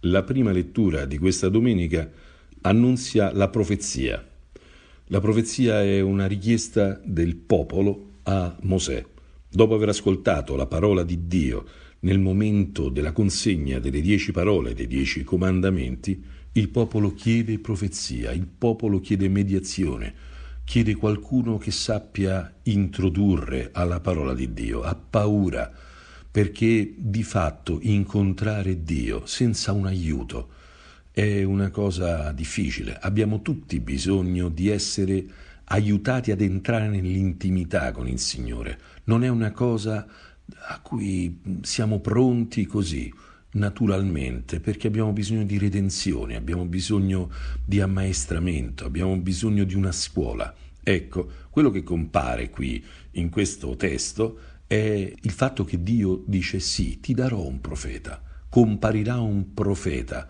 La prima lettura di questa domenica annunzia la profezia. La profezia è una richiesta del popolo a Mosè. Dopo aver ascoltato la parola di Dio nel momento della consegna delle 10 parole, dei 10 comandamenti, il popolo chiede profezia, il popolo chiede mediazione, chiede qualcuno che sappia introdurre alla parola di Dio. Ha paura perché di fatto incontrare Dio senza un aiuto è una cosa difficile. Abbiamo tutti bisogno di essere aiutati ad entrare nell'intimità con il Signore. Non è una cosa a cui siamo pronti così, naturalmente, perché abbiamo bisogno di redenzione, abbiamo bisogno di ammaestramento, abbiamo bisogno di una scuola. Ecco, quello che compare qui in questo testo è il fatto che Dio dice: sì, ti darò un profeta, comparirà un profeta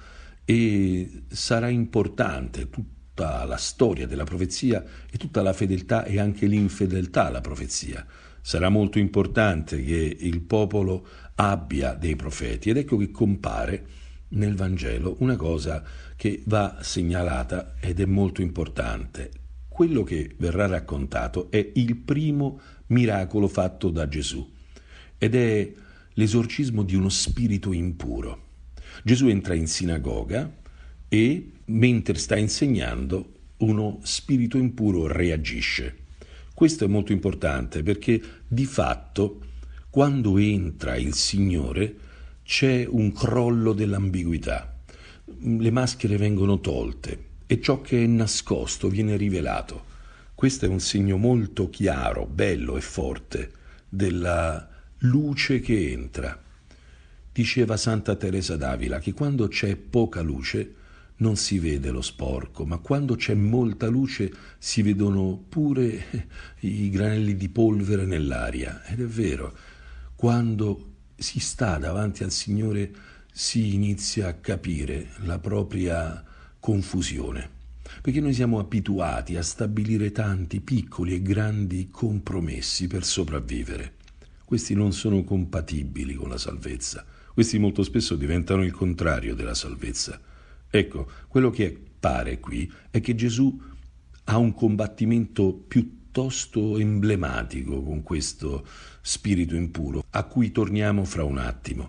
e sarà importante tutta la storia della profezia e tutta la fedeltà e anche l'infedeltà alla profezia. Sarà molto importante che il popolo abbia dei profeti, ed ecco che compare nel Vangelo una cosa che va segnalata ed è molto importante. Quello che verrà raccontato è il primo miracolo fatto da Gesù ed è l'esorcismo di uno spirito impuro. Gesù entra in sinagoga e mentre sta insegnando uno spirito impuro reagisce. Questo è molto importante perché di fatto quando entra il Signore c'è un crollo dell'ambiguità, le maschere vengono tolte e ciò che è nascosto viene rivelato. Questo è un segno molto chiaro, bello e forte della luce che entra. Diceva Santa Teresa d'Avila che quando c'è poca luce non si vede lo sporco, ma quando c'è molta luce si vedono pure i granelli di polvere nell'aria. Ed è vero, quando si sta davanti al Signore si inizia a capire la propria confusione, perché noi siamo abituati a stabilire tanti piccoli e grandi compromessi per sopravvivere. Questi non sono compatibili con la salvezza, questi molto spesso diventano il contrario della salvezza. Ecco, quello che pare qui è che Gesù ha un combattimento piuttosto emblematico con questo spirito impuro, a cui torniamo fra un attimo.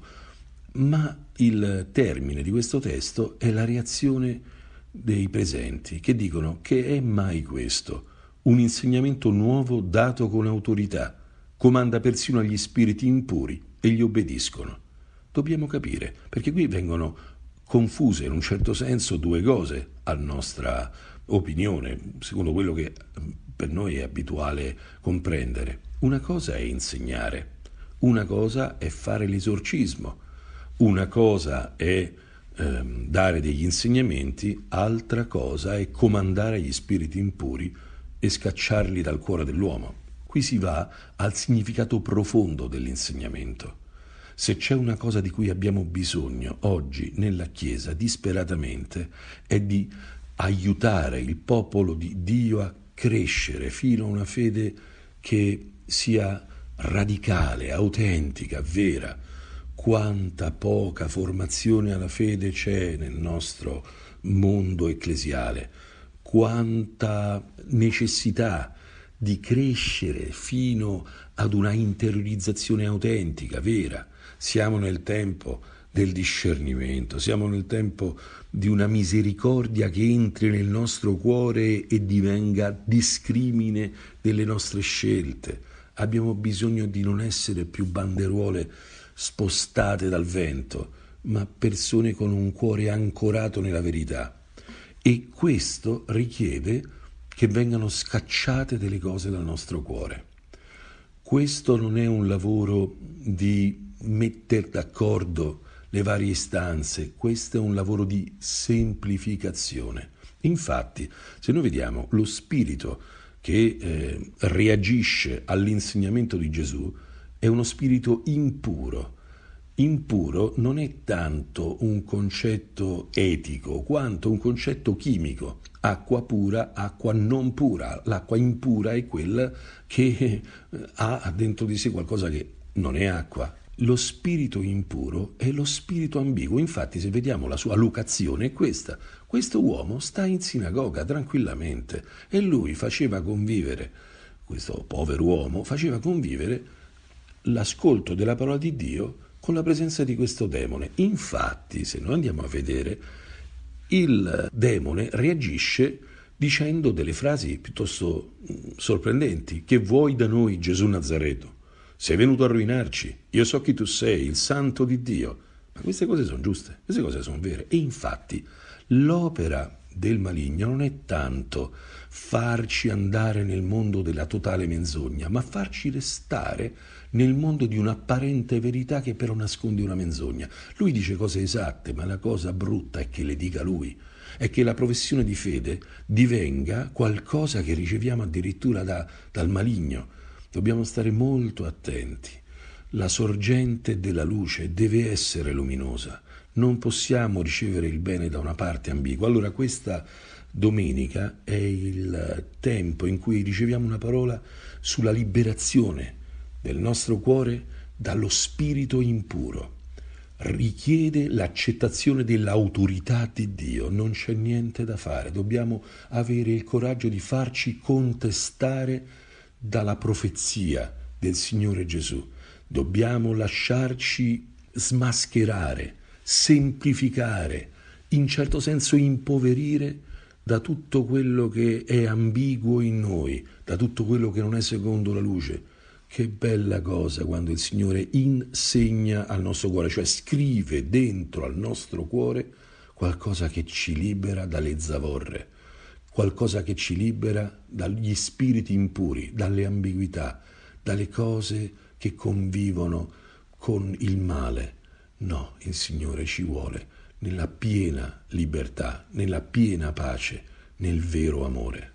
Ma il termine di questo testo è la reazione dei presenti, che dicono: che è mai questo? Un insegnamento nuovo dato con autorità, comanda persino agli spiriti impuri e gli obbediscono. Dobbiamo capire, perché qui vengono confuse in un certo senso due cose a nostra opinione, secondo quello che per noi è abituale comprendere. Una cosa è insegnare, una cosa è fare l'esorcismo, una cosa è dare degli insegnamenti, altra cosa è comandare agli spiriti impuri e scacciarli dal cuore dell'uomo. Qui si va al significato profondo dell'insegnamento. Se c'è una cosa di cui abbiamo bisogno oggi nella Chiesa disperatamente è di aiutare il popolo di Dio a crescere fino a una fede che sia radicale, autentica, vera. Quanta poca formazione alla fede c'è nel nostro mondo ecclesiale, quanta necessità di crescere fino ad una interiorizzazione autentica, vera. Siamo nel tempo del discernimento, siamo nel tempo di una misericordia che entri nel nostro cuore e divenga discrimine delle nostre scelte. Abbiamo bisogno di non essere più banderuole spostate dal vento, ma persone con un cuore ancorato nella verità. E questo richiede che vengano scacciate delle cose dal nostro cuore. Questo non è un lavoro di mettere d'accordo le varie istanze, questo è un lavoro di semplificazione. Infatti, se noi vediamo lo spirito che reagisce all'insegnamento di Gesù, è uno spirito impuro. Impuro non è tanto un concetto etico quanto un concetto chimico. Acqua pura, acqua non pura. L'acqua impura è quella che ha dentro di sé qualcosa che non è acqua, lo spirito impuro è lo spirito ambiguo. Infatti, se vediamo la sua locazione è questa. Questo uomo sta in sinagoga tranquillamente e lui faceva convivere, questo povero uomo faceva convivere l'ascolto della parola di Dio con la presenza di questo demone. Infatti, se noi andiamo a vedere, il demone reagisce dicendo delle frasi piuttosto sorprendenti. Che vuoi da noi, Gesù Nazareto? Sei venuto a rovinarci? Io so chi tu sei, il santo di Dio. Ma queste cose sono giuste, queste cose sono vere. E infatti l'opera del maligno non è tanto farci andare nel mondo della totale menzogna, ma farci restare nel mondo di un'apparente verità che però nasconde una menzogna. Lui dice cose esatte, ma la cosa brutta è che le dica lui, è che la professione di fede divenga qualcosa che riceviamo addirittura dal maligno. Dobbiamo stare molto attenti. La sorgente della luce deve essere luminosa. Non possiamo ricevere il bene da una parte ambigua. Allora questa domenica è il tempo in cui riceviamo una parola sulla liberazione del nostro cuore dallo spirito impuro. Richiede l'accettazione dell'autorità di Dio, non c'è niente da fare, dobbiamo avere il coraggio di farci contestare dalla profezia del Signore Gesù, dobbiamo lasciarci smascherare, semplificare, in certo senso impoverire da tutto quello che è ambiguo in noi, da tutto quello che non è secondo la luce. Che bella cosa quando il Signore insegna al nostro cuore, cioè scrive dentro al nostro cuore qualcosa che ci libera dalle zavorre, qualcosa che ci libera dagli spiriti impuri, dalle ambiguità, dalle cose che convivono con il male. No, il Signore ci vuole nella piena libertà, nella piena pace, nel vero amore.